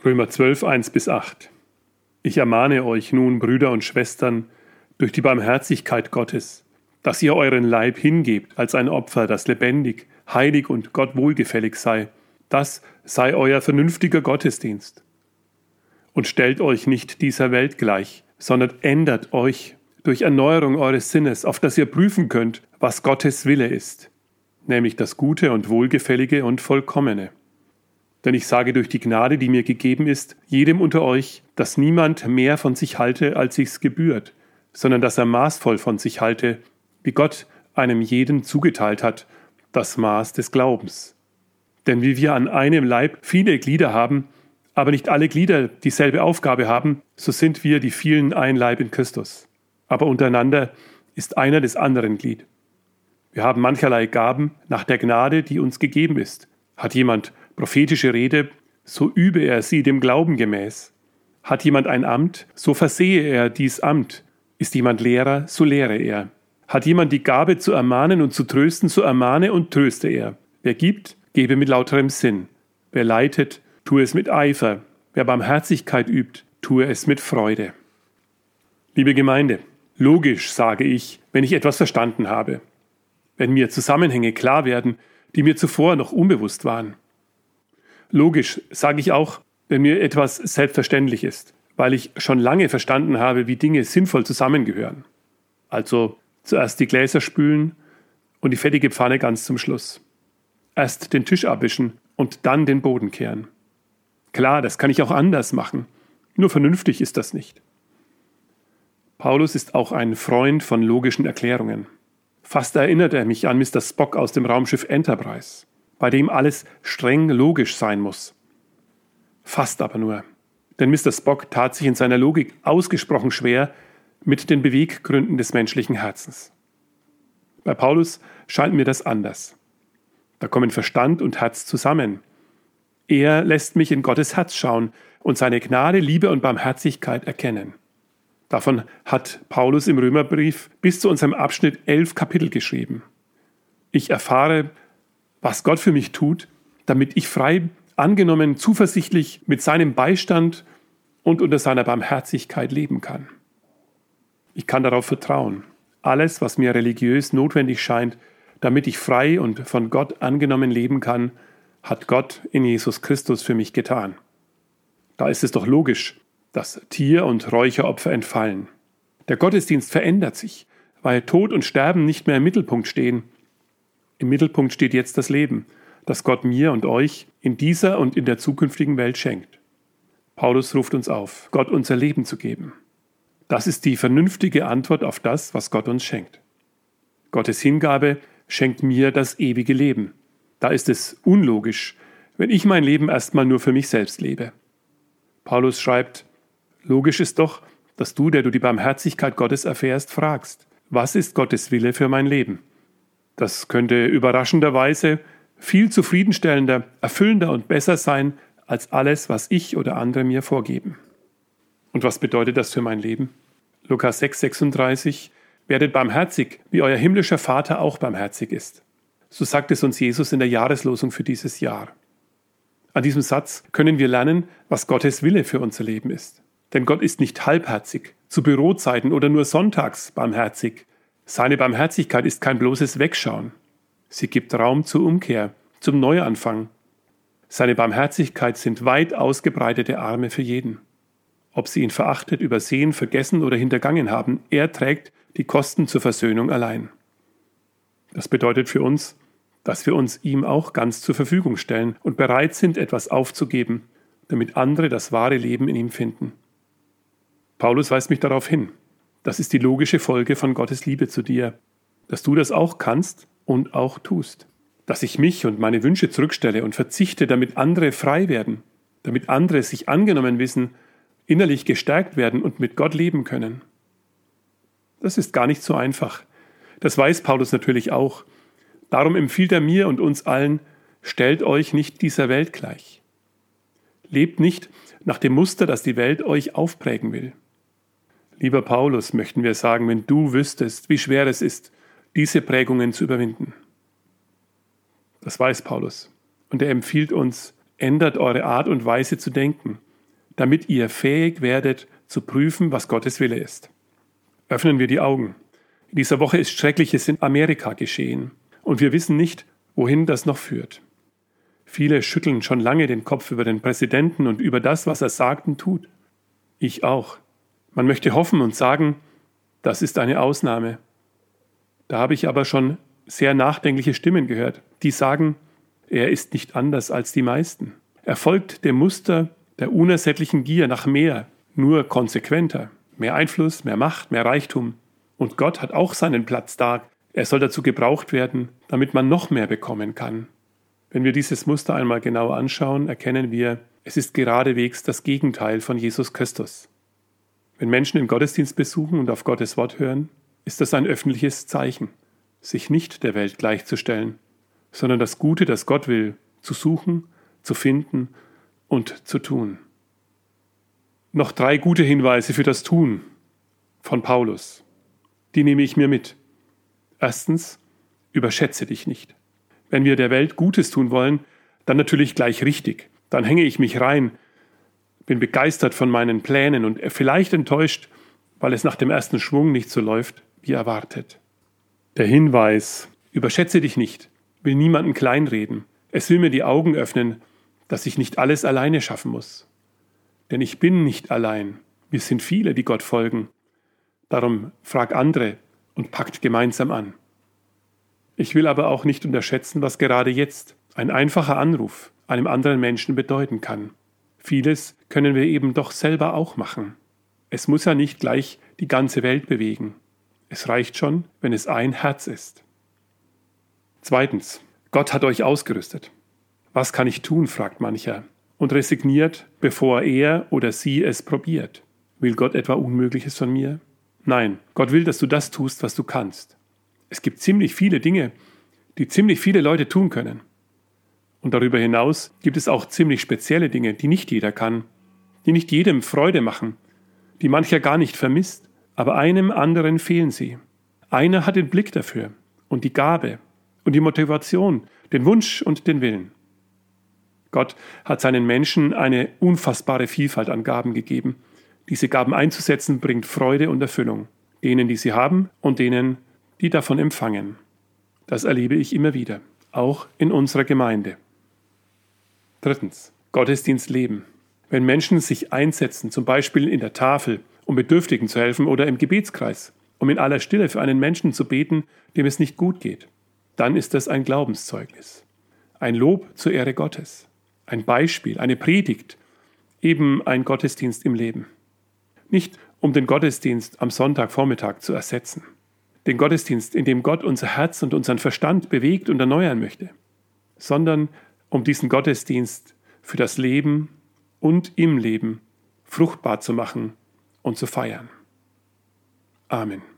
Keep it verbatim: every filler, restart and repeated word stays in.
Römer zwölf, eins bis acht. Ich ermahne euch nun, Brüder und Schwestern, durch die Barmherzigkeit Gottes, dass ihr euren Leib hingebt als ein Opfer, das lebendig, heilig und Gott wohlgefällig sei. Das sei euer vernünftiger Gottesdienst. Und stellt euch nicht dieser Welt gleich, sondern ändert euch durch Erneuerung eures Sinnes, auf dass ihr prüfen könnt, was Gottes Wille ist, nämlich das Gute und Wohlgefällige und Vollkommene. Denn ich sage durch die Gnade, die mir gegeben ist, jedem unter euch, dass niemand mehr von sich halte, als sich's gebührt, sondern dass er maßvoll von sich halte, wie Gott einem jeden zugeteilt hat, das Maß des Glaubens. Denn wie wir an einem Leib viele Glieder haben, aber nicht alle Glieder dieselbe Aufgabe haben, so sind wir die vielen ein Leib in Christus. Aber untereinander ist einer des anderen Glied. Wir haben mancherlei Gaben nach der Gnade, die uns gegeben ist. Hat jemand prophetische Rede, so übe er sie dem Glauben gemäß. Hat jemand ein Amt, so versehe er dies Amt. Ist jemand Lehrer, so lehre er. Hat jemand die Gabe zu ermahnen und zu trösten, so ermahne und tröste er. Wer gibt, gebe mit lauterem Sinn. Wer leitet, tue es mit Eifer. Wer Barmherzigkeit übt, tue es mit Freude. Liebe Gemeinde, logisch sage ich, wenn ich etwas verstanden habe. Wenn mir Zusammenhänge klar werden, die mir zuvor noch unbewusst waren. Logisch sage ich auch, wenn mir etwas selbstverständlich ist, weil ich schon lange verstanden habe, wie Dinge sinnvoll zusammengehören. Also zuerst die Gläser spülen und die fettige Pfanne ganz zum Schluss. Erst den Tisch abwischen und dann den Boden kehren. Klar, das kann ich auch anders machen, nur vernünftig ist das nicht. Paulus ist auch ein Freund von logischen Erklärungen. Fast erinnert er mich an Mister Spock aus dem Raumschiff Enterprise, bei dem alles streng logisch sein muss. Fast aber nur. Denn Mister Spock tat sich in seiner Logik ausgesprochen schwer mit den Beweggründen des menschlichen Herzens. Bei Paulus scheint mir das anders. Da kommen Verstand und Herz zusammen. Er lässt mich in Gottes Herz schauen und seine Gnade, Liebe und Barmherzigkeit erkennen. Davon hat Paulus im Römerbrief bis zu unserem Abschnitt elf Kapitel geschrieben. Ich erfahre, was Gott für mich tut, damit ich frei, angenommen, zuversichtlich mit seinem Beistand und unter seiner Barmherzigkeit leben kann. Ich kann darauf vertrauen. Alles, was mir religiös notwendig scheint, damit ich frei und von Gott angenommen leben kann, hat Gott in Jesus Christus für mich getan. Da ist es doch logisch, dass Tier- und Räucheropfer entfallen. Der Gottesdienst verändert sich, weil Tod und Sterben nicht mehr im Mittelpunkt stehen. Im Mittelpunkt steht jetzt das Leben, das Gott mir und euch in dieser und in der zukünftigen Welt schenkt. Paulus ruft uns auf, Gott unser Leben zu geben. Das ist die vernünftige Antwort auf das, was Gott uns schenkt. Gottes Hingabe schenkt mir das ewige Leben. Da ist es unlogisch, wenn ich mein Leben erstmal nur für mich selbst lebe. Paulus schreibt, logisch ist doch, dass du, der du die Barmherzigkeit Gottes erfährst, fragst, was ist Gottes Wille für mein Leben? Das könnte überraschenderweise viel zufriedenstellender, erfüllender und besser sein als alles, was ich oder andere mir vorgeben. Und was bedeutet das für mein Leben? Lukas sechs, sechsunddreißig, werdet barmherzig, wie euer himmlischer Vater auch barmherzig ist. So sagt es uns Jesus in der Jahreslosung für dieses Jahr. An diesem Satz können wir lernen, was Gottes Wille für unser Leben ist. Denn Gott ist nicht halbherzig, zu Bürozeiten oder nur sonntags barmherzig. Seine Barmherzigkeit ist kein bloßes Wegschauen. Sie gibt Raum zur Umkehr, zum Neuanfang. Seine Barmherzigkeit sind weit ausgebreitete Arme für jeden. Ob sie ihn verachtet, übersehen, vergessen oder hintergangen haben, er trägt die Kosten zur Versöhnung allein. Das bedeutet für uns, dass wir uns ihm auch ganz zur Verfügung stellen und bereit sind, etwas aufzugeben, damit andere das wahre Leben in ihm finden. Paulus weist mich darauf hin. Das ist die logische Folge von Gottes Liebe zu dir, dass du das auch kannst und auch tust. Dass ich mich und meine Wünsche zurückstelle und verzichte, damit andere frei werden, damit andere sich angenommen wissen, innerlich gestärkt werden und mit Gott leben können. Das ist gar nicht so einfach. Das weiß Paulus natürlich auch. Darum empfiehlt er mir und uns allen, stellt euch nicht dieser Welt gleich. Lebt nicht nach dem Muster, das die Welt euch aufprägen will. Lieber Paulus, möchten wir sagen, wenn du wüsstest, wie schwer es ist, diese Prägungen zu überwinden. Das weiß Paulus. Und er empfiehlt uns, ändert eure Art und Weise zu denken. damit ihr fähig werdet, zu prüfen, was Gottes Wille ist. Öffnen wir die Augen. In dieser Woche ist Schreckliches in Amerika geschehen und wir wissen nicht, wohin das noch führt. Viele schütteln schon lange den Kopf über den Präsidenten und über das, was er sagt und tut. Ich auch. Man möchte hoffen und sagen, das ist eine Ausnahme. Da habe ich aber schon sehr nachdenkliche Stimmen gehört, die sagen, er ist nicht anders als die meisten. Er folgt dem Muster der unersättlichen Gier nach mehr, nur konsequenter. Mehr Einfluss, mehr Macht, mehr Reichtum. Und Gott hat auch seinen Platz da. Er soll dazu gebraucht werden, damit man noch mehr bekommen kann. Wenn wir dieses Muster einmal genau anschauen, erkennen wir, es ist geradewegs das Gegenteil von Jesus Christus. Wenn Menschen den Gottesdienst besuchen und auf Gottes Wort hören, ist das ein öffentliches Zeichen, sich nicht der Welt gleichzustellen, sondern das Gute, das Gott will, zu suchen, zu finden und zu tun. Noch drei gute Hinweise für das Tun von Paulus. Die nehme ich mir mit. Erstens, überschätze dich nicht. Wenn wir der Welt Gutes tun wollen, dann natürlich gleich richtig. Dann hänge ich mich rein, bin begeistert von meinen Plänen und vielleicht enttäuscht, weil es nach dem ersten Schwung nicht so läuft, wie erwartet. Der Hinweis, überschätze dich nicht, will niemanden kleinreden. Es will mir die Augen öffnen, dass ich nicht alles alleine schaffen muss. Denn ich bin nicht allein. Wir sind viele, die Gott folgen. Darum frag andere und packt gemeinsam an. Ich will aber auch nicht unterschätzen, was gerade jetzt ein einfacher Anruf einem anderen Menschen bedeuten kann. Vieles können wir eben doch selber auch machen. Es muss ja nicht gleich die ganze Welt bewegen. Es reicht schon, wenn es ein Herz ist. Zweitens, Gott hat euch ausgerüstet. Was kann ich tun, fragt mancher, und resigniert, bevor er oder sie es probiert. Will Gott etwa Unmögliches von mir? Nein, Gott will, dass du das tust, was du kannst. Es gibt ziemlich viele Dinge, die ziemlich viele Leute tun können. Und darüber hinaus gibt es auch ziemlich spezielle Dinge, die nicht jeder kann, die nicht jedem Freude machen, die mancher gar nicht vermisst, aber einem anderen fehlen sie. Einer hat den Blick dafür und die Gabe und die Motivation, den Wunsch und den Willen. Gott hat seinen Menschen eine unfassbare Vielfalt an Gaben gegeben. Diese Gaben einzusetzen bringt Freude und Erfüllung, denen, die sie haben und denen, die davon empfangen. Das erlebe ich immer wieder, auch in unserer Gemeinde. Drittens, Gottesdienst leben. Wenn Menschen sich einsetzen, zum Beispiel in der Tafel, um Bedürftigen zu helfen oder im Gebetskreis, um in aller Stille für einen Menschen zu beten, dem es nicht gut geht, dann ist das ein Glaubenszeugnis. Ein Lob zur Ehre Gottes. Ein Beispiel, eine Predigt, eben ein Gottesdienst im Leben. Nicht um den Gottesdienst am Sonntagvormittag zu ersetzen. Den Gottesdienst, in dem Gott unser Herz und unseren Verstand bewegt und erneuern möchte, sondern um diesen Gottesdienst für das Leben und im Leben fruchtbar zu machen und zu feiern. Amen.